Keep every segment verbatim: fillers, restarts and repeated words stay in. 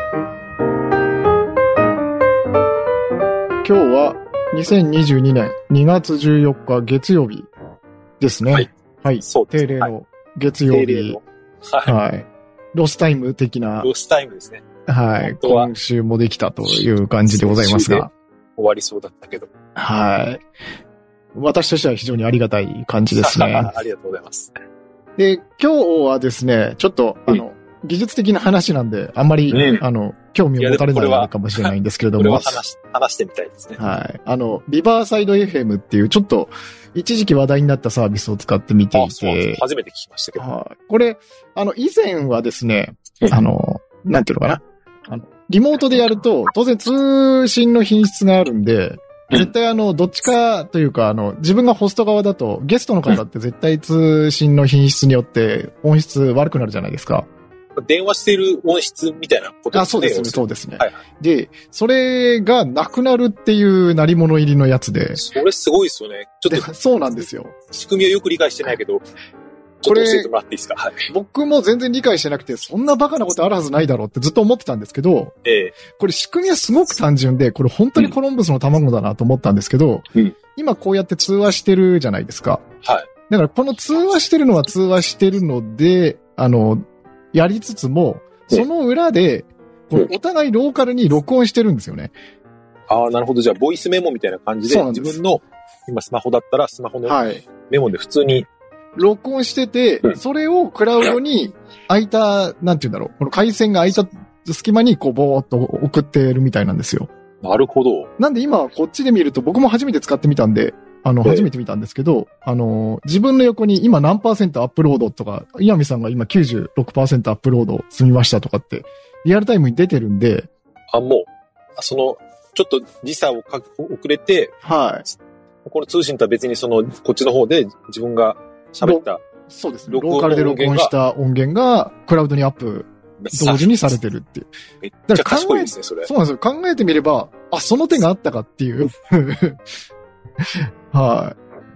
今日はにせんにじゅうにねんにがつじゅうよっか月曜日ですね。はい。はい。そうです。定例の月曜日。定例の。はい。はい。ロスタイム的な。 ロスタイムですね。 はい。今週もできたという感じでございますが。 終わりそうだったけど。 はい。私としては非常にありがたい感じですね。 ありがとうございます。 で、今日はですね、ちょっと、あの、技術的な話なんで、あんまり、うん、あの、興味を持たれないかもしれないんですけれども。 これは話し、話してみたいですね。 はい。あの、リバーサイド エフエム っていう、ちょっと、一時期話題になったサービスを使ってみていて。あ、 そうです。初めて聞きましたけど。 はい。これ、あの、以前はですね、あの、なんていうのかな。あの、リモートでやると、当然通信の品質があるんで、絶対あの、どっちかというか、あの、自分がホスト側だと、ゲストの方って絶対通信の品質によって音質悪くなるじゃないですか。 電話している音質みたいなことですね。 あ、そうですね、そうですね。はいはい。で、それがなくなるっていう鳴り物入りのやつで。 それすごいですよね。ちょっと。 そうなんですよ。 仕組みをよく理解してないけど、ちょっと教えてもらっていいですか？はい。 僕も全然理解してなくて、そんなバカなことあるはずないだろうってずっと思ってたんですけど、ええ、これ仕組みはすごく単純で、これ本当にコロンブスの卵だなと思ったんですけど、うん、今こうやって通話してるじゃないですか。はい。だからこの通話してるのは通話してるので、あの、やりつつも、その裏で、こうお互いローカルに録音してるんですよね。 ああ、なるほど。じゃあ、ボイスメモみたいな感じで、自分の、今スマホだったらスマホのメモで普通に、はい、 録音してて、うん、それをクラウドに空いた、なんて言うんだろう、この回線が空いた隙間にこうボーっと送ってるみたいなんですよ。 なるほど。 なんで今こっちで見ると、僕も初めて使ってみたんで、あの、初めて見たんですけど、あの、自分の横に今何パーセントアップロードとか、岩見さんが今 きゅうじゅうろくパーセント アップロード済みましたとかって、リアルタイムに出てるんで。 あ、もう、その、ちょっと時差をか遅れて、はい。この通信とは別にその、こっちの方で自分が喋った、 そうですね。ローカルで録音した音源がクラウドにアップ同時にされてるっていう。 めっちゃ賢いですね、それ。 そうなんですよ。考えてみれば、あ、その手があったかっていう。はい。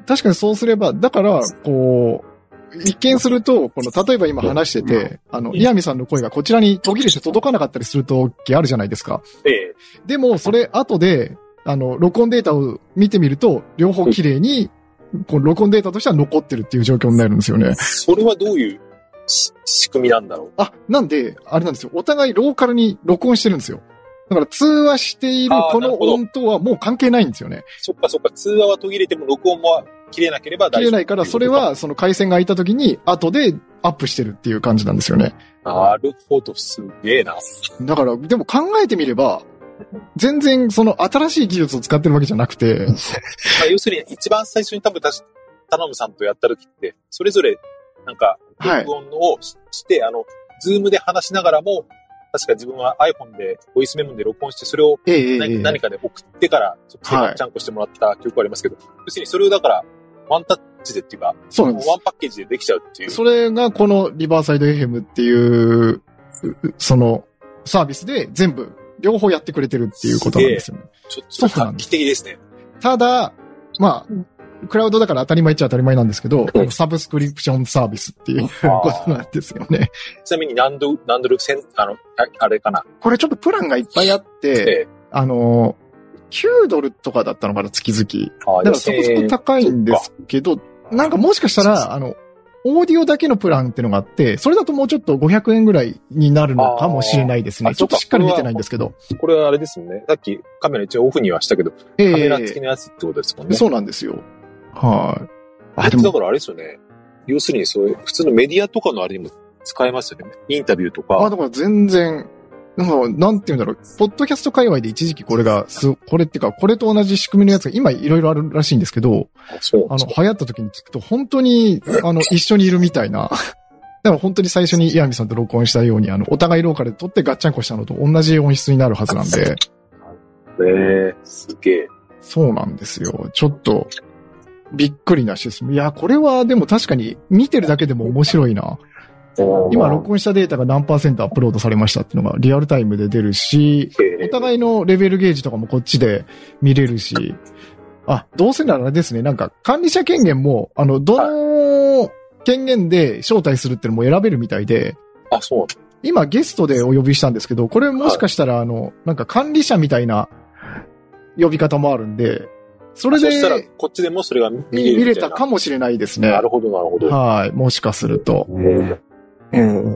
確かにそうすれば、だから、こう、一見すると、この、例えば今話してて、あの、岩見さんの声がこちらに途切れて届かなかったりする時あるじゃないですか。ええ。でも、それ後で、あの、録音データを見てみると、両方綺麗に、こう録音データとしては残ってるっていう状況になるんですよね。 それはどういう仕組みなんだろう？ あ、なんで、あれなんですよ。お互いローカルに録音してるんですよ。だから通話しているこの音とはもう関係ないんですよね。 そっかそっか。通話は途切れても録音も切れなければ大丈夫。 切れないから、それはその回線が空いた時に後でアップしてるっていう感じなんですよね。 なるほど、すげえな。 だから、でも考えてみれば、全然その新しい技術を使ってるわけじゃなくて。 まあ要するに一番最初に多分頼むさんとやった時って、それぞれなんか録音をして、はい、あの、ズームで話しながらも、確か自分は iPhone でボイスメモで録音して、それを何,、ええ、何かで送ってから、そっちでちゃんこしてもらった記憶ありますけど、はい、要するにそれをだから、ワンタッチでっていうか、そうなんです。ワンパッケージでできちゃうっていう。 それがこのリバーサイド エフエム っていう、そのサービスで全部、両方やってくれてるっていうことなんですよね。 ちょっと画期的ですね。 ただ、まあ、クラウドだから当たり前っちゃ当たり前なんですけど、うん、サブスクリプションサービスっていうことなんですよね。 ちなみに何ドル、何ドルセン、あの、あれかな。 これちょっとプランがいっぱいあって、ええ、あの、きゅうドルとかだったのかな、月々。だからそこそこ高いんですけど、なんかもしかしたら、あの、オーディオだけのプランっていうのがあって、それだともうちょっとごひゃくえんぐらいになるのかもしれないですね。ちょっとしっかり見てないんですけど。 これはあれですもんね。さっきカメラ一応オフにはしたけど、えー、カメラ付きのやつってことですもんね。 そうなんですよ。はい、 あ。でもだからあれですよね。要するにそういう普通のメディアとかのあれにも使えますよね。インタビューとか。 あ、だから全然、なんていうんだろう。ポッドキャスト界隈で一時期これが、これっていうか、これと同じ仕組みのやつが今いろいろあるらしいんですけど、あの、流行った時に聞くと本当に、あの、一緒にいるみたいな。だから本当に最初に岩見さんと録音したように、あの、お互いローカルで撮ってガッチャンコしたのと同じ音質になるはずなんで。 へえー、すげえ。 そうなんですよ。ちょっと、びっくりなシステム。いや、これはでも確かに見てるだけでも面白いな。今録音したデータが何パーセントアップロードされましたっていうのがリアルタイムで出るし、お互いのレベルゲージとかもこっちで見れるし、あ、どうせならあれですね、なんか管理者権限も、あの、どの権限で招待するっていうのも選べるみたいで、 あ、そう。 今ゲストでお呼びしたんですけど、これもしかしたらあの、なんか管理者みたいな呼び方もあるんで、それで、そしたらこっちでもそれが見れるみたいな。 見れたかもしれないですね。 なるほど、なるほど。 はい。もしかすると。 えー、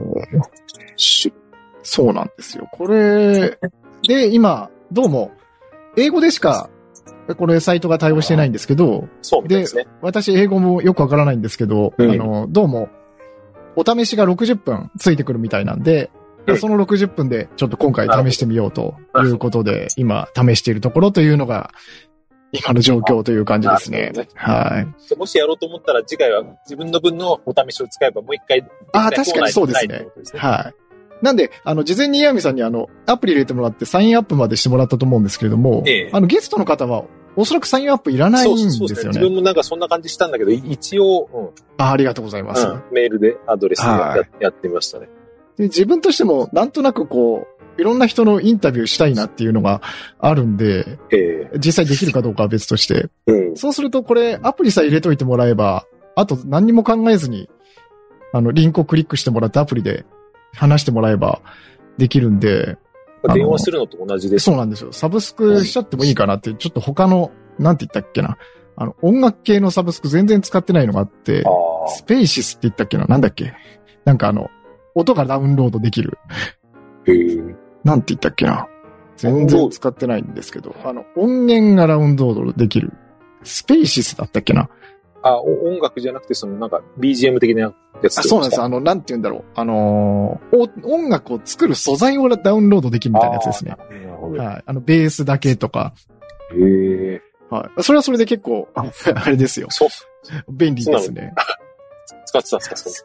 そうなんですよ。これ、で、今、どうも、英語でしか、これサイトが対応してないんですけど、 そうですね。 で、私英語もよくわからないんですけど、うん、あの、どうも、お試しがろくじゅっぷんついてくるみたいなんで、うん、そのろくじゅっぷんでちょっと今回試してみようということで、今試しているところというのが、今の状況という感じですね。ねはい。 もしやろうと思ったら次回は自分の分のお試しを使えばもう一回。 ああ、確かにそうですね。はい。なんで、あの、事前に岩見さんにあの、アプリ入れてもらってサインアップまでしてもらったと思うんですけれども、ええ、あの、ゲストの方は、おそらくサインアップいらないんですよね。そうですね。 自分もなんかそんな感じしたんだけど、一応、うん、 あ。ありがとうございます、うん。 メールでアドレスで や,、はい、やってみましたね。 で。自分としても、なんとなくこう、いろんな人のインタビューしたいなっていうのがあるんで、ええ、実際できるかどうかは別として、うん。そうするとこれ、アプリさえ入れといてもらえば、あと何にも考えずに、あの、リンクをクリックしてもらってアプリで話してもらえば、できるんで。 電話するのと同じです。 そうなんですよ。サブスクしちゃってもいいかなって、ちょっと他の、なんて言ったっけな。あの、音楽系のサブスク全然使ってないのがあって、スペーシスって言ったっけな。なんだっけ。なんかあの、音がダウンロードできる。 へー。 なんて言ったっけな。全然使ってないんですけど、あの、音源がダウンロードできる。スペーシスだったっけな。 あ、音楽じゃなくて、そのなんか ビージーエム 的なやつ。 あ、そうなんです。あの、なんて言うんだろう。あのー、音楽を作る素材をダウンロードできるみたいなやつですね。はい。あの、ベースだけとか。 へえ。 はい。それはそれで結構、あれですよ。 そう。 便利ですね。 使ってたんですか、そう。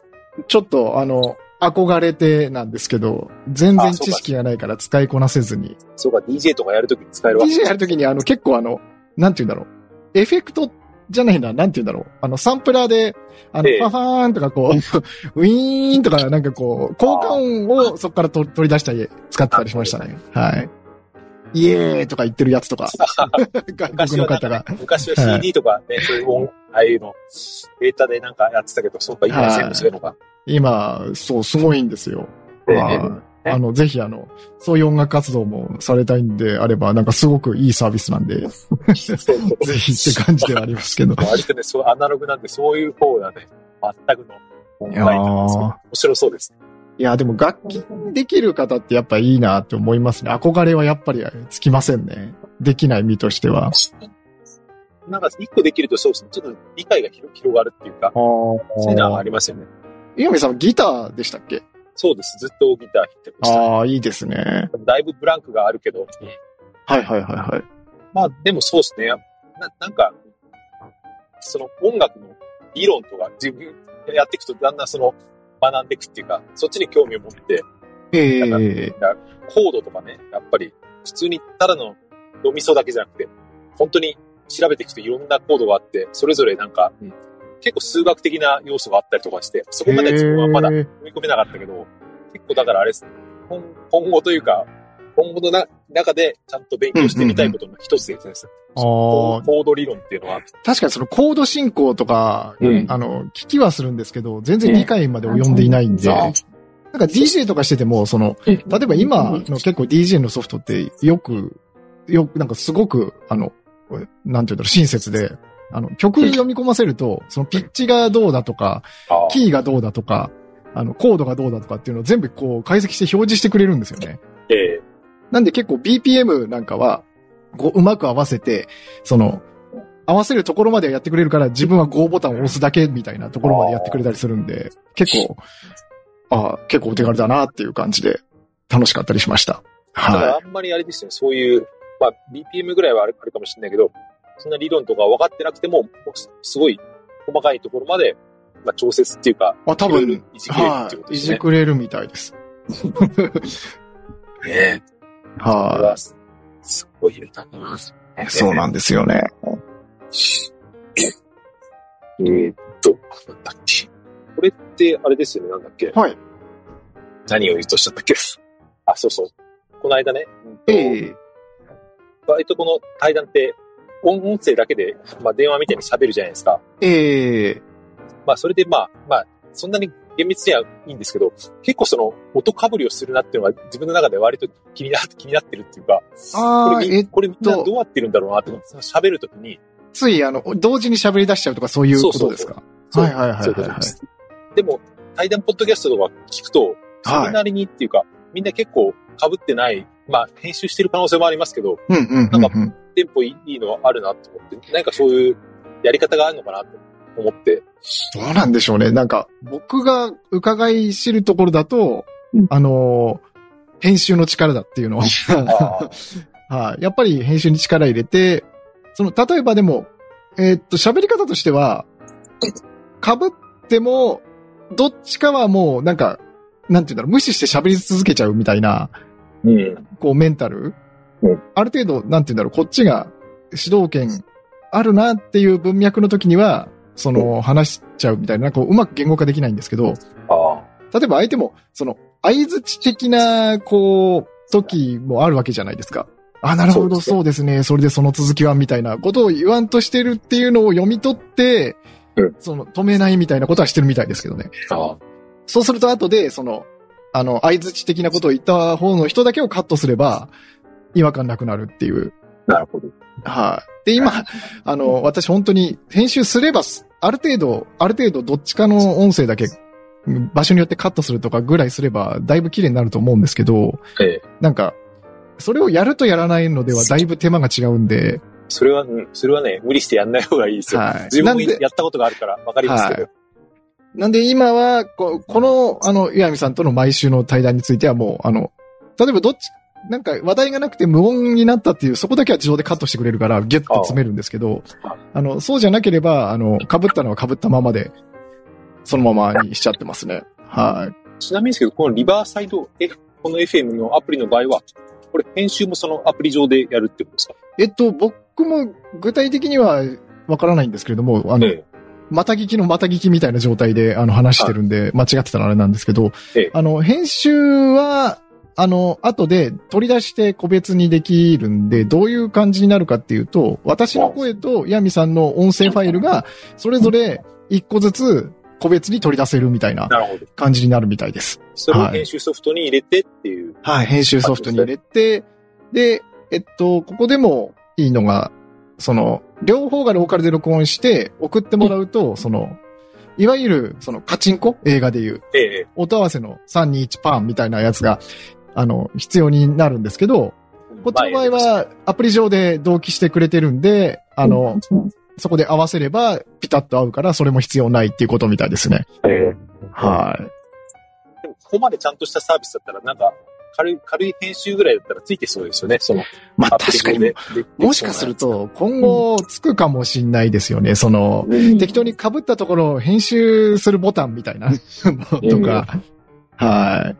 ちょっと、あの、憧れてなんですけど、全然知識がないから使いこなせずに。 そうか、ディージェー とかやるときに使えるわけ。 ディージェー やるときに、あの、結構あの、なんて言うんだろう。エフェクトじゃないな、なんて言うんだろう。あの、サンプラーで、あの、ええ、ファファーンとかこう、ウィーンとかなんかこう、効果音をそこから取り出したり、使ってたりしましたね。はい。イエーイとか言ってるやつとか。外国の方が。 昔は シーディー とかね、はい、そういう音、ああいうの、データでなんかやってたけど、そうか、今は全部そういうのが。 今、そう、すごいんですよ。ええ、あの、ぜひあの、そういう音楽活動もされたいんであれば、なんかすごくいいサービスなんで、ぜひって感じではありますけど。 割とね、そう、アナログなんでそういう方がね、全くの問題なんですけど、面白そうですね。 いや、でも楽器できる方ってやっぱいいなって思いますね。憧れはやっぱりつきませんね。できない身としては。 なんか一個できるとそうですね。ちょっと理解が広がるっていうか、そういうのはありますよね。 岩見さんギターでしたっけ？ そうです。ずっとギター弾いてました。 ああ、いいですね。 だいぶブランクがあるけど。 はいはいはいはい。 まあでもそうですね。な、なんか、その音楽の理論とか自分やっていくとだんだんその学んでいくっていうか、そっちに興味を持って、 ええー。 コードとかね、やっぱり普通にただの読みそうだけじゃなくて、本当に調べていくといろんなコードがあって、それぞれなんか、うん、結構数学的な要素があったりとかして、そこまで自分はまだ踏み込めなかったけど、結構だからあれですね、今, 今後というか、今後のな中でちゃんと勉強してみたいことの一つですね。うんうんうん、コード理論っていうのは。 確かにそのコード進行とか、うん、あの、聞きはするんですけど、全然理解まで及んでいないんで、うん、なんか ディージェー とかしてても、その、例えば今の結構 ディージェー のソフトってよく、よく、なんかすごく、あの、なんていうんだろう、親切で、あの、曲読み込ませると、そのピッチがどうだとか、キーがどうだとか、あの、コードがどうだとかっていうのを全部こう解析して表示してくれるんですよね。 ええ。 なんで結構 ビーピーエム なんかは、こう、うまく合わせて、その、合わせるところまではやってくれるから、自分は ゴー ボタンを押すだけみたいなところまでやってくれたりするんで、結構、ああ、結構お手軽だなっていう感じで、楽しかったりしました。 はい。だからあんまりあれですよね、そういう、まあ、ビーピーエム ぐらいはあるかもしれないけど、そんな理論とか分かってなくても、すごい細かいところまで、まあ、調節っていうか、 あ、多分、 いじくれるっていうことですね。 はい、いじくれるみたいです。 ねえ。 はい。 すごいな。 そうなんですよね。 えーっと、なんだっけ。これって、あれですよね、なんだっけ。 はい。 何を言うとしちゃったっけ。あ、そうそう。この間ね。 ええー。 割とこの対談って、音声だけで、まあ電話みたいに喋るじゃないですか。 ええー。 まあそれでまあ、まあ、そんなに厳密にはいいんですけど、結構その、音かぶりをするなっていうのが自分の中で割と気になって、気になってるっていうか、 ああ、 えっと、これみんなどうやってるんだろうなって、喋るときに。 つい、あの、同時に喋り出しちゃうとかそういうことですか？ そうそうそう。 はいはいはいはい、はい。 でも、対談ポッドキャストとか聞くと、それなりにっていうか、はい、みんな結構被ってない、まあ、編集してる可能性もありますけど、 うんうんうんうん、 なんか、テンポいいのはあるなと思って、なんかそういうやり方があるのかなと思って。 どうなんでしょうね。なんか、僕が伺い知るところだと、うん、あのー、編集の力だっていうのは、はい、やっぱり編集に力入れて、その、例えばでも、えー、っと、喋り方としては、被っても、どっちかはもう、なんか、なんていうんだろう、無視して喋り続けちゃうみたいな、 うん、 こう、メンタル、 うん、 ある程度、なんていうんだろう、こっちが主導権あるなっていう文脈の時には、その、話しちゃうみたいな、こう、うまく言語化できないんですけど、 あ例えば相手も、その、相槌的な、こう、時もあるわけじゃないですか。あ、なるほど、そうですね。それでその続きは、みたいなことを言わんとしてるっていうのを読み取って、 うん、 その、止めないみたいなことはしてるみたいですけどね。 あそうすると後で、その、あの、相槌的なことを言った方の人だけをカットすれば、違和感なくなるっていう。 なるほど。 はい。で、今、あの、私本当に編集すれば、ある程度、ある程度どっちかの音声だけ、場所によってカットするとかぐらいすれば、だいぶ綺麗になると思うんですけど、 ええ、 なんか、それをやるとやらないのではだいぶ手間が違うんで。 それは、それはね、無理してやんない方がいいですよ。はい、自分もやったことがあるからわかりますけど。 はい、なんで今は、こ, この、あの、岩見さんとの毎週の対談についてはもう、あの、例えばどっち、なんか話題がなくて無音になったっていう、そこだけは自動でカットしてくれるから、ギュッと詰めるんですけど、あ, あの、そうじゃなければ、あの、被ったのは被ったままで、そのままにしちゃってますね。はい。 ちなみにですけど、このリバーサイド F、この エフエム のアプリの場合は、これ編集もそのアプリ上でやるってことですか？ えっと、僕も具体的にはわからないんですけれども、あの、ええ、また聞きのまた聞きみたいな状態であの話してるんで、間違ってたらあれなんですけど、ええ、あの、編集は、あの、後で取り出して個別にできるんで、どういう感じになるかっていうと、私の声とヤミさんの音声ファイルが、それぞれ一個ずつ個別に取り出せるみたいな感じになるみたいです。 それを編集ソフトに入れてっていう。 はい、編集ソフトに入れて、で、えっと、ここでもいいのが、その、両方がローカルで録音して送ってもらうと、その、いわゆる、その、カチンコ映画でいう、 ええ、 音合わせのさんにいちパンみたいなやつが、あの、必要になるんですけど、こっちの場合はアプリ上で同期してくれてるんで、あの、そこで合わせればピタッと合うから、それも必要ないっていうことみたいですね。 ええ、 はい。 でも、ここまでちゃんとしたサービスだったら、なんか、軽い、軽い編集ぐらいだったらついてそうですよね、その。 まあ確かに、もしかすると、今後つくかもしんないですよね、その、うん、適当に被ったところを編集するボタンみたいなとか、うん、はい。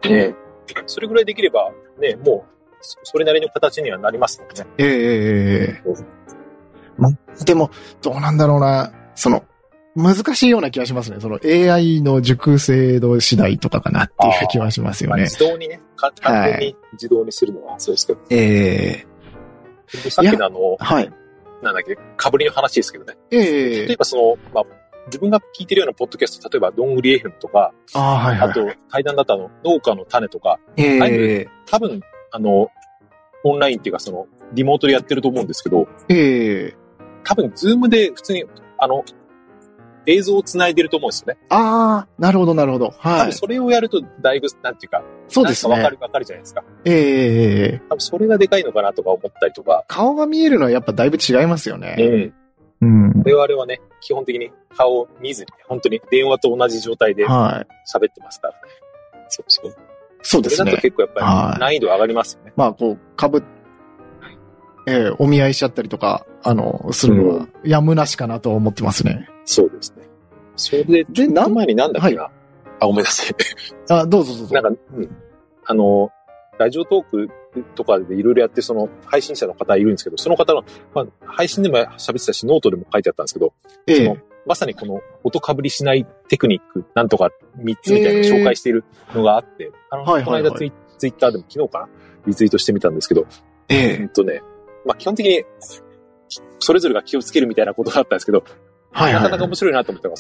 ね、それぐらいできれば、ね、もう、それなりの形にはなりますもんね。 ええええま、でも、どうなんだろうな、その、難しいような気がしますね。その エーアイ の熟成度次第とかかなっていう気はしますよね。 まあ、自動にね、簡単に自動にするのはそうですけど。 ええー、さっきのあの、 はい。 なんだっけ、かぶりの話ですけどね。 ええー、 例えばその、まあ、自分が聞いてるようなポッドキャスト、例えば、どんぐり エフエム とか、 あ,、はいはいはい、 あと、対談だったの、農家の種とか、 ええー、 多分、あの、オンラインっていうか、その、リモートでやってると思うんですけど、 ええー、 多分、ズームで普通に、あの、映像を繋いでると思うんですよね。 ああ、なるほど、なるほど。はい。 多分それをやると、だいぶ、なんていうか、 そうですね。 わかる、わかるじゃないですか。 ええー。 多分それがでかいのかなとか思ったりとか。 顔が見えるのはやっぱだいぶ違いますよね。 うん。 うん。 我々はね、基本的に顔を見ずに、本当に電話と同じ状態で喋ってますからね。はい、そうですね。 そうですね。 それだと結構やっぱり難易度上がりますよね。 まあ、こう、かぶ、えー、お見合いしちゃったりとか、あの、するのは、やむなしかなと思ってますね。 そうですね。それで、ちょっと前になんだっけな。はい、あ、ごめんなさい。 あ、どうぞどうぞ。 なんか、うん。あの、ラジオトークとかでいろいろやって、その、配信者の方いるんですけど、その方の、まあ、配信でも喋ってたし、ノートでも書いてあったんですけど、 ええ、 そのまさにこの、音かぶりしないテクニック、なんとかみっつみたいなのを紹介しているのがあって、えー、あの、はいはいはい、この間ツイ、ツイッターでも昨日かなリツイートしてみたんですけど、 ええ、 えー、っとね、まあ、基本的に、それぞれが気をつけるみたいなことだったんですけど、はいはいはい、なかなか面白いなと思ったのが、その、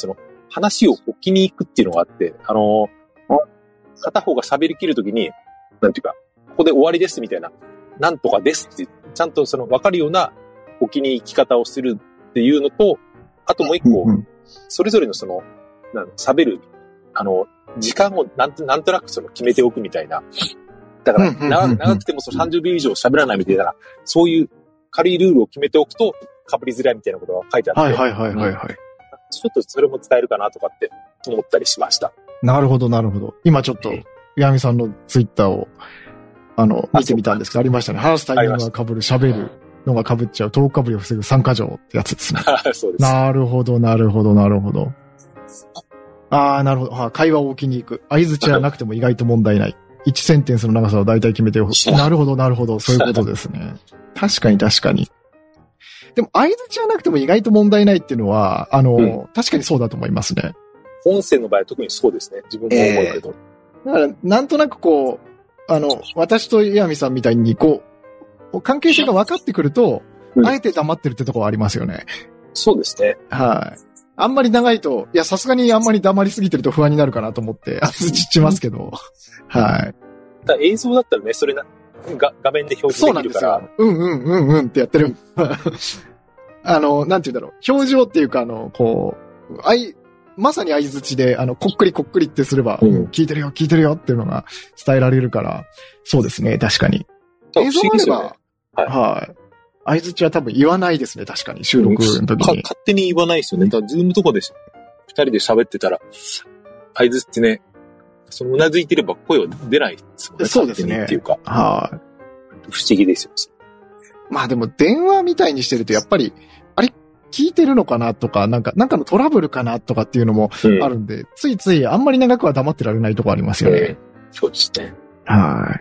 話を置きに行くっていうのがあって、あの、片方が喋り切るときに、なんていうか、ここで終わりですみたいな、なんとかですって、ちゃんとその分かるような置きに行き方をするっていうのと、あともう一個、うんうん、それぞれのその、なん喋る、あの、時間をなんと、なんとなくその決めておくみたいな。だから長、長くてもそのさんじゅうびょう以上喋らないみたいな、そういう軽いルールを決めておくと、被りづらいみたいなことが書いてあって。 はいはいはいはい、はい。 ちょっとそれも使えるかなとかって思ったりしました。 なるほどなるほど。今ちょっと、岩見さんのツイッターを、あの、見てみたんですけど、ありましたね。話すタイミングが被る、喋るのが被っちゃう、トーク被りを防ぐ参加条ってやつですね。 そうです。 なるほどなるほどなるほど。ああ、なるほど。はあ、会話を置きに行く。相槌はなくても意外と問題ない。一センテンスの長さを大体決めておく。なるほど、なるほど。そういうことですね。確かに確かに。でも、相槌はなくても意外と問題ないっていうのは、あの、うん、確かにそうだと思いますね。 音声の場合は特にそうですね。自分も思うけど。 えー、だから、なんとなくこう、あの、私と岩見さんみたいに、こう、関係性が分かってくると、うん、あえて黙ってるってところはありますよね。 そうですね。 はい。あんまり長いと、いや、さすがにあんまり黙りすぎてると不安になるかなと思って、あつちっちますけど。はい。 だ映像だったらね、それな、が画面で表示できるから。 そうなんですよ。うんうんうんうんってやってる。あの、なんて言うんだろう。表情っていうか、あの、こう、あい、まさに相槌で、あの、こっくりこっくりってすれば、うん、聞いてるよ、聞いてるよっていうのが伝えられるから、そうですね、確かに。映像があれば、ね、はい。はい。相槌は多分言わないですね、確かに。収録の時に。 勝手に言わないですよね。だからズームとかで、二人で喋ってたら、相槌ってね、そのうなずいてれば声は出ないですよね。 そうですね。 っていうか。 はい。 不思議ですよ。 まあでも電話みたいにしてるとやっぱり、あれ聞いてるのかなとか、なんか、なんかのトラブルかなとかっていうのもあるんで、うん、ついついあんまり長くは黙ってられないとこありますよね。うん、 そうですね。 はい。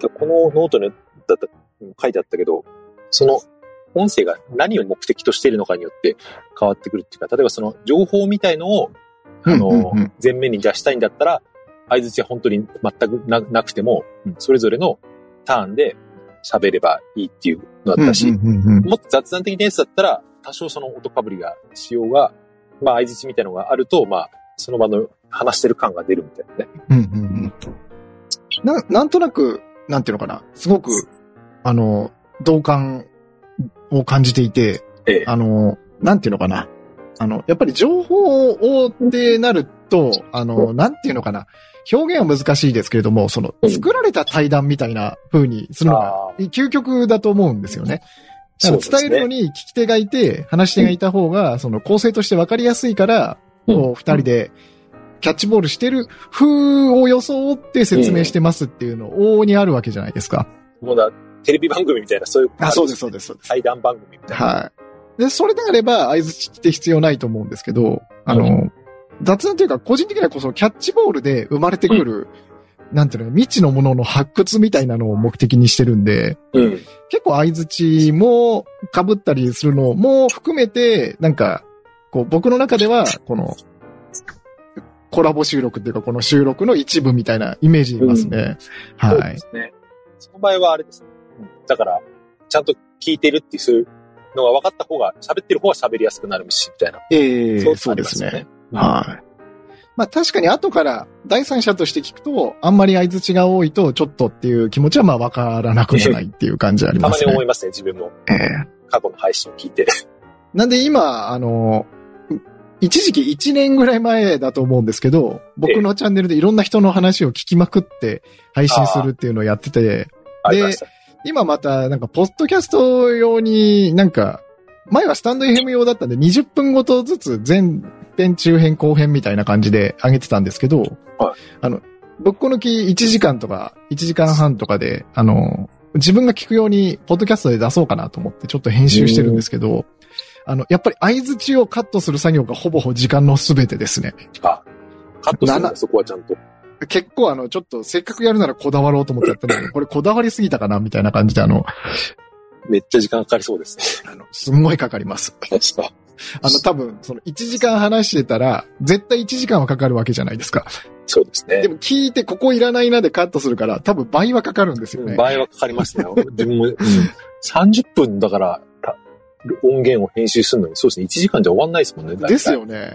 このノートにだった書いてあったけど、その音声が何を目的としているのかによって変わってくるっていうか、例えばその情報みたいのを、あの、うんうんうん、前面に出したいんだったら、相槌は本当に全く な, なくても、それぞれのターンで喋ればいいっていうのだったし、うんうんうんうん、もっと雑談的なやつだったら、多少その音かぶりがしようが、まあ相槌みたいなのがあると、まあその場の話してる感が出るみたいなね。 うんうんうん、な, なんとなく、なんていうのかな、すごく、あの、同感を感じていて、ええ、あの、なんていうのかな。あの、やっぱり情報をってなると、あの、なんていうのかな。表現は難しいですけれども、その、作られた対談みたいな風にするのが、究極だと思うんですよね。伝えるのに聞き手がいて、話し手がいた方が、その構成として分かりやすいから、こう、二人でキャッチボールしてる風を装って説明してますっていうの、往々にあるわけじゃないですか。 もうだ、テレビ番組みたいな、そういう。 あ、そうです、そうです、そうです。 対談番組みたいな。 はい。で、それであれば、相槌って必要ないと思うんですけど、あの、うん、雑談というか、個人的にはこそキャッチボールで生まれてくる、うん、なんていうの、未知のものの発掘みたいなのを目的にしてるんで、うん、結構相槌も被ったりするのも含めて、なんか、こう、僕の中では、この、コラボ収録っていうか、この収録の一部みたいなイメージいますね。うん、はい。そうですね。その場合はあれですね。だから、ちゃんと聞いてるっていうのが分かった方が、喋ってる方は喋りやすくなるし、みたいな。 ええー、そうですね。はい。まあ確かに後から第三者として聞くと、あんまり相槌が多いと、ちょっとっていう気持ちはまあ分からなくもないっていう感じありますね。 たまに思いますね、自分も。ええー。過去の配信を聞いて。 なんで今、あの、一時期いちねんぐらい前だと思うんですけど、僕のチャンネルでいろんな人の話を聞きまくって配信するっていうのをやってて、で、今またなんかポッドキャスト用になんか、前はスタンド エフエム 用だったんでにじゅっぷんごとずつ前編中編後編みたいな感じで上げてたんですけど、はい、あの、ぶっこ抜きいちじかんとかいちじかんはんとかで、あの、自分が聞くようにポッドキャストで出そうかなと思ってちょっと編集してるんですけど、あの、やっぱり相槌をカットする作業がほぼほぼ時間のすべてですね。 あ、カットするんだ、そこはちゃんと。 結構あの、ちょっとせっかくやるならこだわろうと思ってやったのに、これこだわりすぎたかなみたいな感じであの、 めっちゃ時間かかりそうですね。 あの、すんごいかかります。 確か。 あの、多分、そのいちじかん話してたら、絶対いちじかんはかかるわけじゃないですか。 そうですね。 でも聞いてここいらないなでカットするから、多分倍はかかるんですよね。 倍はかかりますね。自分も、うん、さんじゅっぷんだから、音源を編集するのに、そうですね、いちじかんじゃ終わんないですもんね。 ですよね。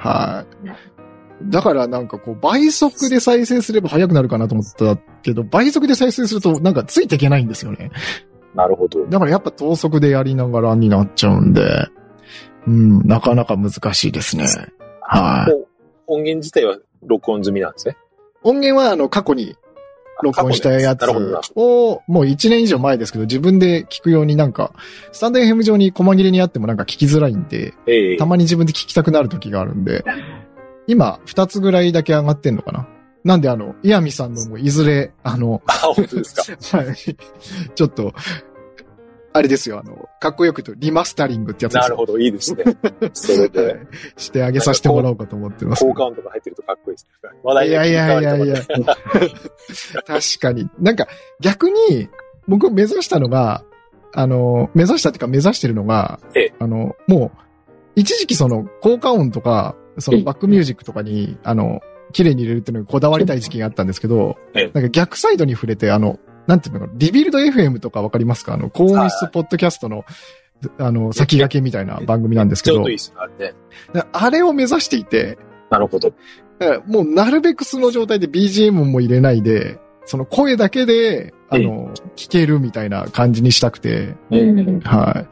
はい。だからなんかこう倍速で再生すれば速くなるかなと思ったけど、倍速で再生するとなんかついていけないんですよね。 なるほど。 だからやっぱ等速でやりながらになっちゃうんで、うん、なかなか難しいですね。はい。 音源自体は録音済みなんですね。 音源はあの過去に録音したやつを、もういちねん以上前ですけど、自分で聞くようになんか、スタンド エフエム 上に細切れにあってもなんか聞きづらいんで、えー、たまに自分で聞きたくなる時があるんで、今ふたつぐらいだけ上がってんのかな。なんであの、イヤミさんのもいずれ、あの、 あ、本当ですか。 はい。ちょっと、あれですよ、あの、かっこよく言うとリマスタリングってやつですよ。 なるほど、いいですね。それで、はい、 してあげさせてもらおうかと思ってます。 効果音とか入ってるとかっこいいですね。話題いやいやいやいや。確かに。なんか、逆に、僕目指したのが、あの、目指したっていうか目指してるのが、ええ、あの、もう、一時期その、効果音とか、そのバックミュージックとかに、あの、綺麗に入れるっていうのにこだわりたい時期があったんですけど、ええ、なんか逆サイドに触れて、あの、なんていうのか、リビルド エフエム とかわかりますか？あの、高音質ポッドキャストの、あの、先駆けみたいな番組なんですけど。ちょうどいいですね。 あれを目指していて。 なるほど。 もうなるべく素の状態で ビージーエム も入れないで、その声だけで、あの、聞けるみたいな感じにしたくて、はい。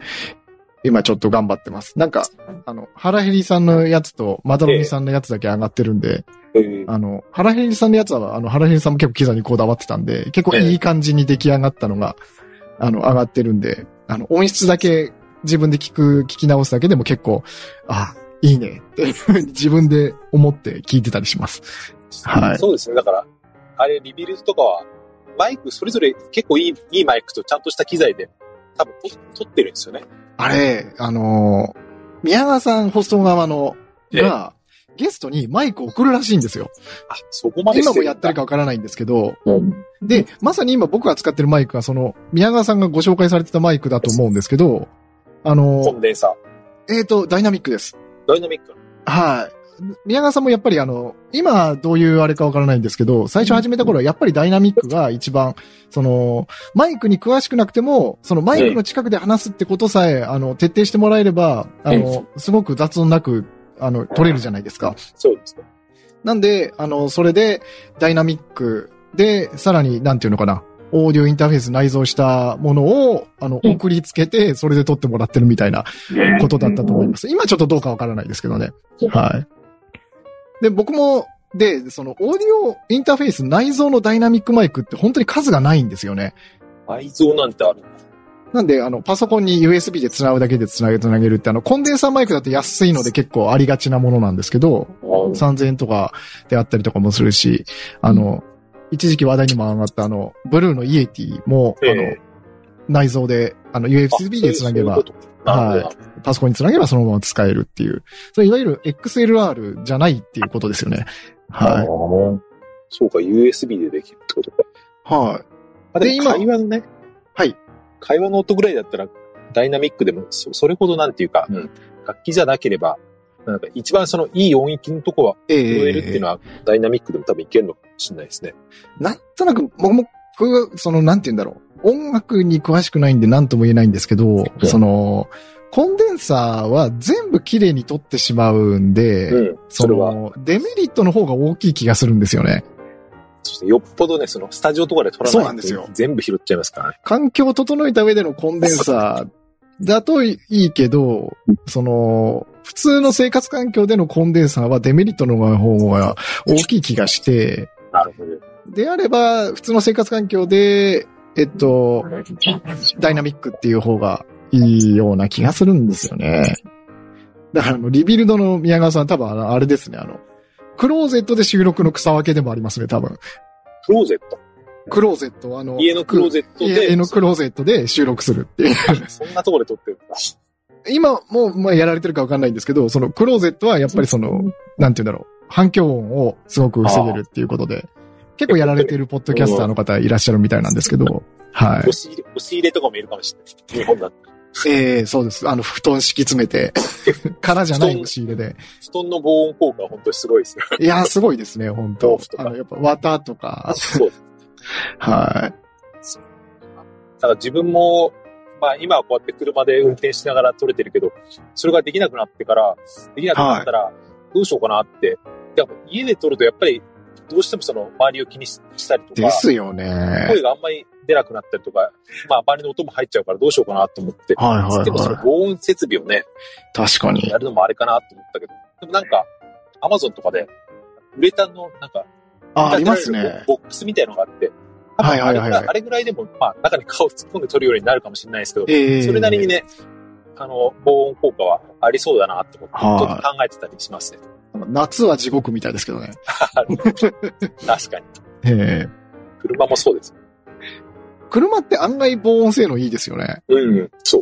今ちょっと頑張ってます。なんか、あの、原ヘリさんのやつと、マダロミさんのやつだけ上がってるんで、あの、原ヘリさんのやつは、あの、原ヘリさんも結構機材にこだわってたんで、結構いい感じに出来上がったのが、あの、上がってるんで、あの、音質だけ自分で聞く、聞き直すだけでも結構、あ、いいねって自分で思って聞いてたりします。はい。 そうですね。だから、あれ、リビルズとかは、マイク、それぞれ結構いい、いいマイクとちゃんとした機材で、多分撮ってるんですよね。 あれ、あのー、宮川さんホスト側の、が、ゲストにマイクを送るらしいんですよ。 あ、そこまで今もやってるかわからないんですけど、うん、で、まさに今僕が使ってるマイクはその、宮川さんがご紹介されてたマイクだと思うんですけど、あのー、 コンデンサー。えっと、ダイナミックです。 ダイナミック？ はい。宮川さんもやっぱりあの、今どういうあれかわからないんですけど、最初始めた頃はやっぱりダイナミックが一番、その、マイクに詳しくなくても、そのマイクの近くで話すってことさえ、あの、徹底してもらえれば、あの、すごく雑音なく、あの、取れるじゃないですか。 そうですね。 なんで、あの、それで、ダイナミックで、さらに、なんていうのかな、オーディオインターフェース内蔵したものを、あの、送りつけて、それで撮ってもらってるみたいなことだったと思います。今ちょっとどうかわからないですけどね。はい。で、僕も、で、その、オーディオインターフェース内蔵のダイナミックマイクって本当に数がないんですよね。 内蔵なんてある？ なんで、あの、パソコンに ユーエスビー で繋ぐだけで繋げ、繋げるって、あの、コンデンサーマイクだと安いので結構ありがちなものなんですけど、さんぜんえんとかであったりとかもするし、あの、一時期話題にも上がったあの、ブルーのイエティも、あの、内蔵で、あの、ユーエスビー で繋げば、はい。パソコンに繋げばそのまま使えるっていう。それいわゆる エックスエルアール じゃないっていうことですよね。はい。 そうか、ユーエスビー でできるってことか。 はい。 あで、今、会話のね。 はい。 会話の音ぐらいだったら、ダイナミックでも、そ, それほどなんていうか、うん、楽器じゃなければ、なんか一番そのいい音域のとこは拾えるっていうのは、えー、ダイナミックでも多分いけるのかもしれないですね。 なんとなく、僕も、その、なんて言うんだろう。音楽に詳しくないんで何とも言えないんですけど、うん、その、コンデンサーは全部綺麗に撮ってしまうんで、うん、その、デメリットの方が大きい気がするんですよね。 そしてよっぽどね、そのスタジオとかで撮らないと全部拾っちゃいますからね。 環境を整えた上でのコンデンサーだといいけど、その、普通の生活環境でのコンデンサーはデメリットの方が大きい気がして、 なるほど。 であれば、普通の生活環境で、えっと、ダイナミックっていう方がいいような気がするんですよね。だから、リビルドの宮川さん多分あれですね、あの、クローゼットで収録の草分けでもありますね、多分。 クローゼットクローゼット、あの、 家のクローゼットで。 家のクローゼットで収録するっていう。 そんなところで撮ってるんだ。 今もう、まあ、やられてるかわかんないんですけど、そのクローゼットはやっぱりその、なんて言うんだろう、反響音をすごく防げるっていうことで、結構やられてるポッドキャスターの方いらっしゃるみたいなんですけど、はい。 押し入れ、押し入れとかもいるかもしれない。日本だったら。 ええー、そうです。あの、布団敷き詰めて、空じゃない押し入れで。 布団の防音効果は本当にすごいですよ。 いやー、すごいですね、本当あの、やっぱ、綿とか。 そうです。 はい。 だから自分も、まあ今はこうやって車で運転しながら撮れてるけど、それができなくなってから、できなくなったら、はい、 どうしようかなって。やっぱ家で撮るとやっぱり、どうしてもその周りを気にしたりとか。 ですよね。 声があんまり出なくなったりとか、まあ周りの音も入っちゃうからどうしようかなと思って。 はいはいはい。 でもその防音設備をね。 確かに。 やるのもあれかなと思ったけど。でもなんか、アマゾンとかで、ウレタンのなんか、 あ、ありますね。 ボックスみたいのがあって。 はいはいはい、はい。 あれぐらいでも、まあ中に顔突っ込んで撮るようになるかもしれないですけど、えー、それなりにね、あの、防音効果はありそうだなって思って、ちょっと考えてたりしますね。 夏は地獄みたいですけどね。 確かに。 えー、 車もそうです。 車って案外防音性能いいですよね。 うん、そう。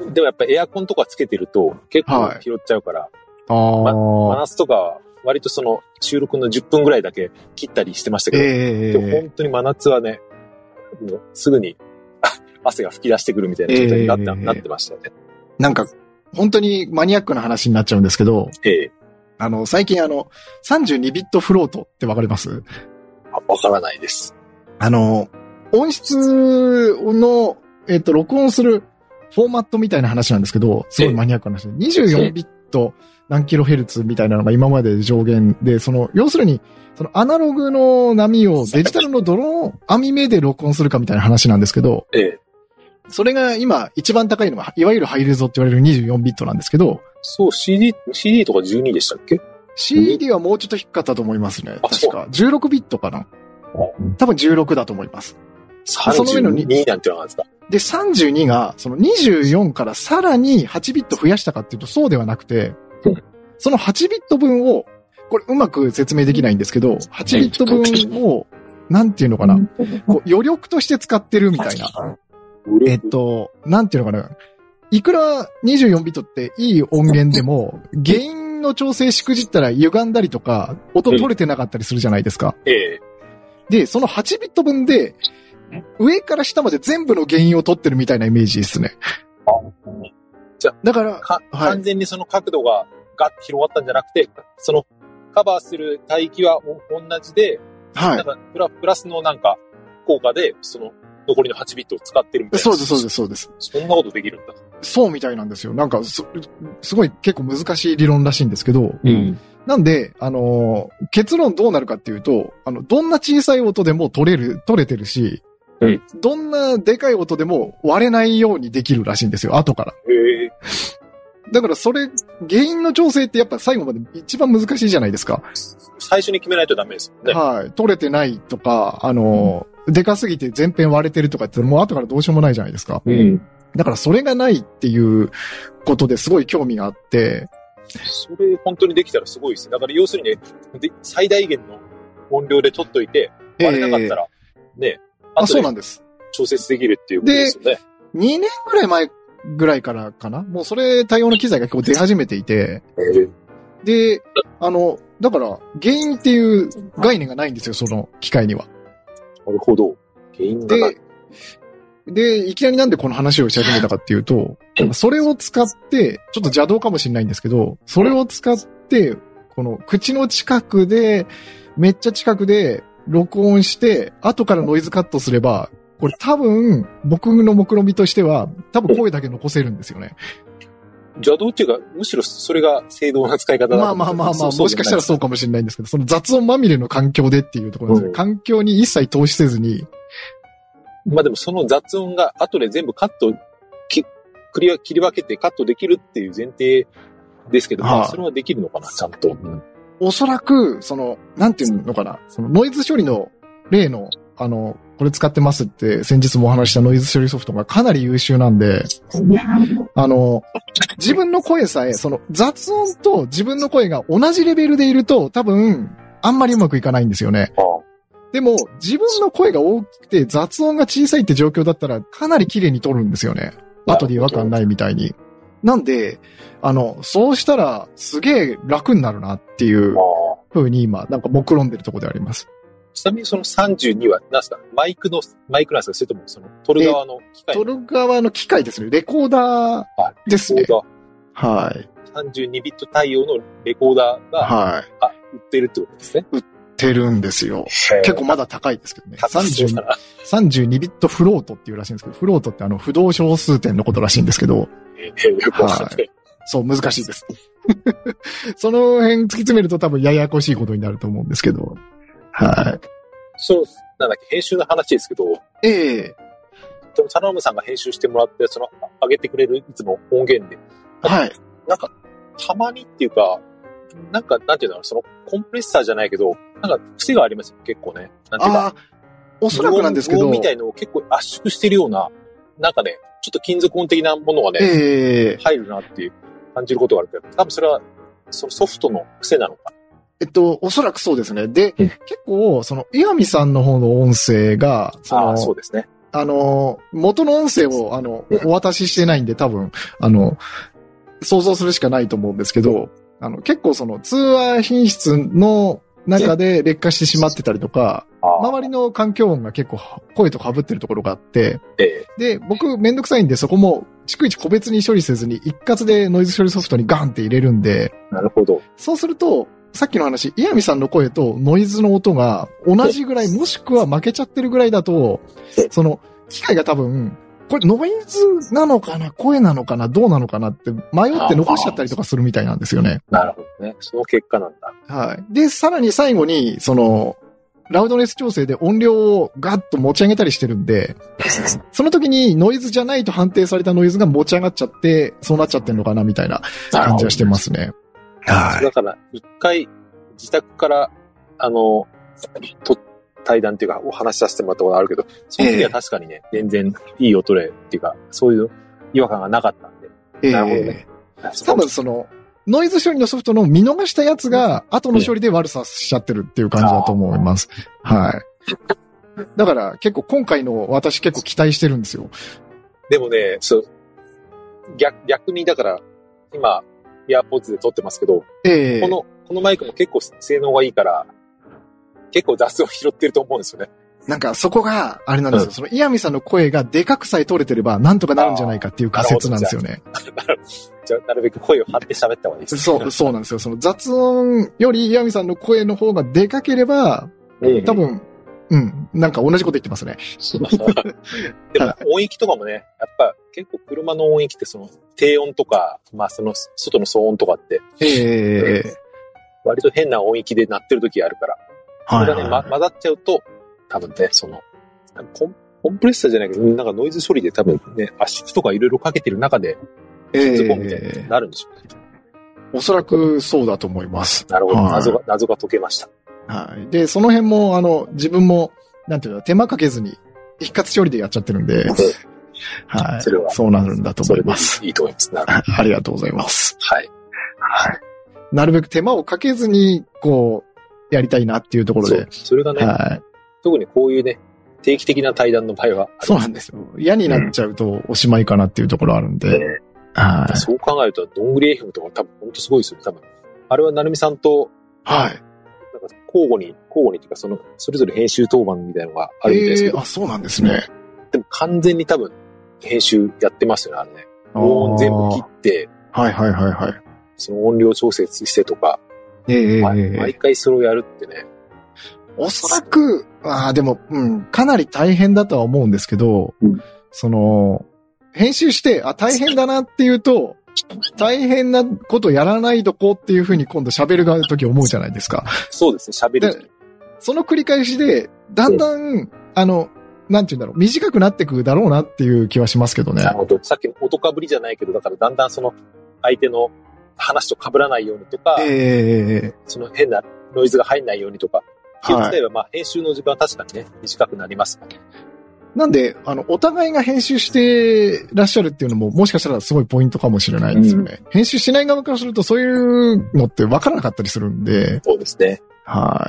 でもやっぱエアコンとかつけてると結構拾っちゃうから、はい、あま、真夏とかは割とその収録のじゅっぷんぐらいだけ切ったりしてましたけど、えー、でも本当に真夏はね、もうすぐに汗が噴き出してくるみたいな状態になって、えー、なってましたよね。 なんか、本当にマニアックな話になっちゃうんですけど、えー、あの、最近あの、さんじゅうにビットフロートってわかります？ あ、わからないです。 あの、音質の、えっと、録音するフォーマットみたいな話なんですけど、すごいマニアックな話で、にじゅうよんビット何キロヘルツみたいなのが今まで上限で、その、要するに、そのアナログの波をデジタルのドローン網目で録音するかみたいな話なんですけど、ええ、それが今一番高いのが、いわゆるハイレゾって言われるにじゅうよんビットなんですけど、 そう、シーディー、シーディー とかじゅうにでしたっけ？ シーディー はもうちょっと低かったと思いますね。確か。じゅうろくビットかな。多分じゅうろくだと思います。 さんじゅうになんてのがあるんですか？ で、さんじゅうにが、そのにじゅうよんからさらにはちビット増やしたかっていうとそうではなくて、そのはちビット分を、これうまく説明できないんですけど、はちビット分を、なんていうのかな、こう余力として使ってるみたいな。えっと、なんていうのかな。いくらにじゅうよんビットっていい音源でも、原因の調整しくじったら歪んだりとか、音取れてなかったりするじゃないですか。ええ。で、そのはちビット分で、上から下まで全部の原因を取ってるみたいなイメージですね。あ、 じゃあ、だからか、はい、完全にその角度がガッと広がったんじゃなくて、そのカバーする帯域は同じで、はい。なんかプラ、プラスのなんか効果で、その残りのはちビットを使ってるみたいな。 そうです、そうです、そうです。 そんなことできるんだ。 そうみたいなんですよ。なんかす、すごい結構難しい理論らしいんですけど、うん。なんで、あのー、結論どうなるかっていうと、あの、どんな小さい音でも取れる、取れてるし、うん、どんなでかい音でも割れないようにできるらしいんですよ、後から。へー。だからそれ、原因の調整ってやっぱ最後まで一番難しいじゃないですか。 最初に決めないとダメですよね。 はい。取れてないとか、あのー、うん、でかすぎて全編割れてるとかってもう後からどうしようもないじゃないですか。うん。だからそれがないっていうことですごい興味があって。 それ本当にできたらすごいですね。だから要するにね、で最大限の音量で取っといて、割れなかったら、ね、えー、 あ、そうなんです。 調節できるっていうことですよね。 で、にねんぐらい前ぐらいからかな、もうそれ対応の機材が結構出始めていて、えー、で、あの、だから原因っていう概念がないんですよ、その機械には。 なるほど。原因がない。 で、で、いきなりなんでこの話をし始めたかっていうと、それを使って、ちょっと邪道かもしれないんですけど、それを使って、この口の近くで、めっちゃ近くで録音して、後からノイズカットすれば、これ多分、僕の目論見としては、多分声だけ残せるんですよね。 邪道っていうか、むしろそれが正当な使い方だと思う。 まあまあまあまあ、もしかしたらそうかもしれないんですけど、その雑音まみれの環境でっていうところですね。うん、環境に一切投資せずに。 まあでもその雑音が後で全部カット、き切り分けてカットできるっていう前提ですけど、はあ、まあそれはできるのかな、ちゃんと。うん、 おそらく、その、なんていうのかな、そのノイズ処理の例の、あの、これ使ってますって先日もお話したノイズ処理ソフトがかなり優秀なんで、あの、自分の声さえ、その雑音と自分の声が同じレベルでいると多分あんまりうまくいかないんですよね。でも自分の声が大きくて雑音が小さいって状況だったらかなり綺麗に撮るんですよね。後で違和感ないみたいに。なんで、あの、そうしたらすげえ楽になるなっていう風に今なんか目論んでるところであります。 ちなみにそのさんじゅうには何ですか？マイクの、マイクなんですか？それともその撮る側の機械？ 撮る側の機械ですね。レコーダーですね。レコーダー。はい。 さんじゅうにビット対応のレコーダーが、はい。あ、売ってるってことですね。 売ってるんですよ。結構まだ高いですけどね。さんじゅう、さんじゅうにビットフロートっていうらしいんですけど、フロートってあの不動小数点のことらしいんですけど。えー、よくわかんない。 そう、難しいです。その辺突き詰めると多分ややこしいことになると思うんですけど。はい。 そう、なんだっけ、編集の話ですけど。 ええー。サナムさんが編集してもらって、その、上げてくれるいつも音源で。 はい。 なんか、たまにっていうか、なんか、なんていうの、その、コンプレッサーじゃないけど、なんか、癖がありますよ、結構ね。なんていうか。 おそらくなんですけど。 みたいのを結構圧縮してるような、なんかね、ちょっと金属音的なものがね、 えー、 入るなっていう感じることがあるけど、多分それは、そのソフトの癖なのかな。 えっと、おそらくそうですね。で、うん、結構、その、岩見さんの方の音声が、その、 あそうですね。 あの、元の音声を、あの、お渡ししてないんで、多分、あの、想像するしかないと思うんですけど、あの、結構その、通話品質の中で劣化してしまってたりとか、周りの環境音が結構声と被ってるところがあって、で、僕めんどくさいんでそこも逐一個別に処理せずに一括でノイズ処理ソフトにガンって入れるんで、 なるほど。 そうすると、さっきの話、岩見さんの声とノイズの音が同じぐらい、もしくは負けちゃってるぐらいだと、その、機械が多分、これノイズなのかな声なのかなどうなのかなって迷って残しちゃったりとかするみたいなんですよね。 なるほどね。その結果なんだ。 はい。で、さらに最後に、その、ラウドネス調整で音量をガッと持ち上げたりしてるんで、その時にノイズじゃないと判定されたノイズが持ち上がっちゃって、そうなっちゃってんのかなみたいな感じはしてますね。 はい。だから、一回自宅から、あの、と、対談っていうか、お話しさせてもらったことあるけど、その時は確かにね、えー、全然いい音でっていうか、そういう違和感がなかったんで。 えー、 なるほどね。 多分その、ノイズ処理のソフトの見逃したやつが、後の処理で悪さしちゃってるっていう感じだと思います。はい。だから結構今回の私結構期待してるんですよ。 でもね、そう、逆、逆にだから、今、イヤーポッズで撮ってますけど、 えー、 この、このマイクも結構性能がいいから、結構雑音拾ってると思うんですよね。 なんかそこが、あれなんですよ。うん、その、岩見さんの声がでかくさえ取れてれば、なんとかなるんじゃないかっていう仮説なんですよね。 じゃあ、なるべく声を張って喋った方がいいですね。 そう、そうなんですよ。その雑音より岩見さんの声の方がでかければ、多分、うん、なんか同じこと言ってますね。 でも、音域とかもね、やっぱ結構車の音域ってその、低音とか、まあその、外の騒音とかって、 えー、 割と変な音域で鳴ってる時あるから、それがね、はいはいはいま、混ざっちゃうと、多分ね、そのコン、コンプレッサーじゃないけど、なんかノイズ処理で多分ね、圧縮とかいろいろかけてる中で、金属音みたいになるんでしょうね、 えー。おそらくそうだと思います。 なるほど、はい、謎が、謎が解けました。 はい。で、その辺も、あの、自分も、なんていうの、手間かけずに、一括処理でやっちゃってるんで、はい。それは。そうなるんだと思います。 いいと思います。 ありがとうございます。 はい。 はい。なるべく手間をかけずに、こう、やりたいなっていうところで。 そう。それがね、はい、特にこういうね、定期的な対談の場合は、ね。 そうなんですよ。嫌になっちゃうとおしまいかなっていうところあるんで。うんはい、そう考えると、どんぐり エフエム とか多分本当すごいですよ、多分。あれはなるみさんと、 はい。 なんか交互に、交互にっていうか、その、それぞれ編集当番みたいなのがあるみたいですけど。 えー、あ、そうなんですね。 でも完全に多分、編集やってますよね、あれね。もう全部切って、 はいはいはいはい。 その音量調節してとか、 えー、 ま、毎回それをやるってね。 おそらく、ああ、でも、うん、かなり大変だとは思うんですけど、うん、その、編集して、あ、大変だなっていうと、大変なことやらないとこうっていうふうに今度喋る側の時思うじゃないですか。 そうですね、喋る時。 その繰り返しで、だんだん、うん、あの、なんて言うんだろう、短くなってくだろうなっていう気はしますけどね。 なるほど。さっきの音かぶりじゃないけど、だからだんだんその、相手の話と被らないようにとか、 えー、 その変なノイズが入んないようにとか、気を使えば、まあ、編集の時間は確かにね、短くなりますからね。 なんで、あの、お互いが編集してらっしゃるっていうのも、もしかしたらすごいポイントかもしれないですよね。うん、編集しない側からすると、そういうのって分からなかったりするんで。 そうですね。 はい。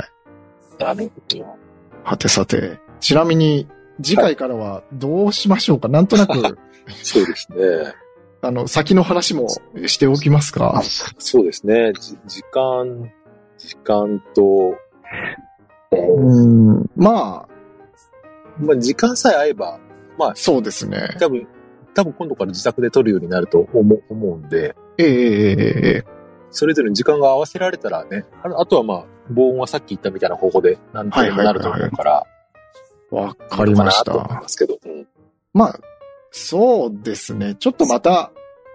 なるほど。 はてさて、ちなみに、次回からはどうしましょうか、はい、なんとなく。 そうですね。 あの、先の話もしておきますか。 そうですね。じ時間、時間と、 うん、まあ、 まあ、時間さえ合えば、まあ、 そうですね。 多分、多分今度から自宅で撮るようになると思う、思うんで。 ええええそれぞれに時間が合わせられたらね、あ, あとはまあ、防音はさっき言ったみたいな方法で、なんともなると思うから。わ、 はいはい、かりました。 と思いますけど、うん、 まあ、そうですね。ちょっとまた、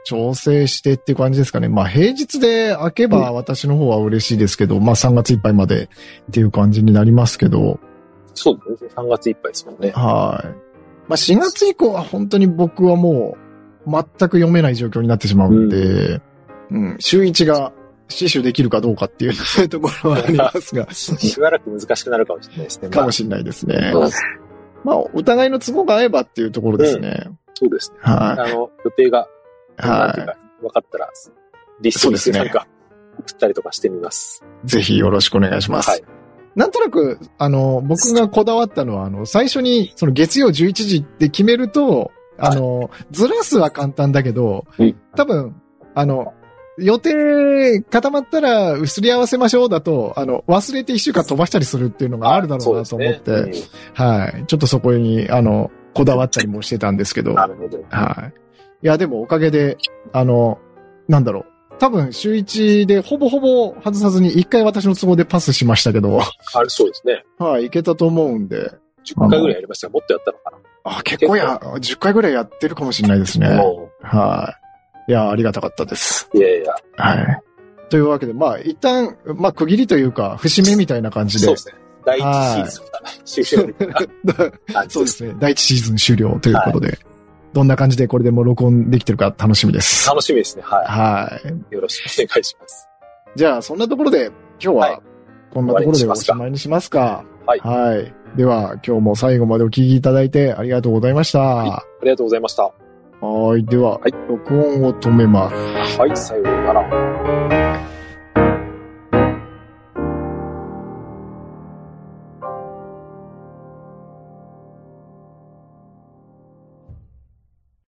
調整してっていう感じですかね。まあ平日で開けば私の方は嬉しいですけど、うん、まあさんがついっぱいまでっていう感じになりますけど。 そうですね。さんがついっぱいですもんね。 はい。まあしがつ以降は本当に僕はもう全く読めない状況になってしまうんで、うん、うん、週いちが死守できるかどうかっていうところはありますが。 しばらく難しくなるかもしれないですね。 かもしれないですね。まあお互いの都合が合えばっていうところですね。うん、 そうですね。 はい。 あの、予定が、 はい。 分かったら、リストにしてなんか送ったりとかしてみます。 ぜひよろしくお願いします。はい。なんとなく、あの、僕がこだわったのは、あの、最初に、その月曜じゅういちじって決めると、あの、はい、ずらすは簡単だけど、うん、多分、あの、予定固まったら、すり合わせましょうだと、あの、忘れて一週間飛ばしたりするっていうのがあるだろうなと思って、ねうん、はい。ちょっとそこに、あの、こだわったりもしてたんですけど。 なるほど。 はい。いや、でもおかげで、あの、なんだろう。多分週いちでほぼほぼ外さずにいっかい私の都合でパスしましたけど。 あれそうですね。 はい、いけたと思うんで。 じゅっかいぐらいやりましたが、もっとやったのかな。 あ、結構や、じゅっかいぐらいやってるかもしれないですね。はい。いや、ありがたかったです。 いやいや。 はい。というわけで、まあ、一旦、まあ、区切りというか、節目みたいな感じで。 そうですね。第一シーズン終了。 そうですね。第一シーズン終了ということで、はい、どんな感じでこれでも録音できてるか楽しみです。 楽しみですね。はい。 はい。 よろしくお願いします。 じゃあ、そんなところで、今日は、こんなところでおしまいにしますか。 はい。 はい。では、今日も最後までお聞きいただいてありがとうございました。はい、 ありがとうございました。 はい。では、はい、録音を止めます。 はい、さようなら。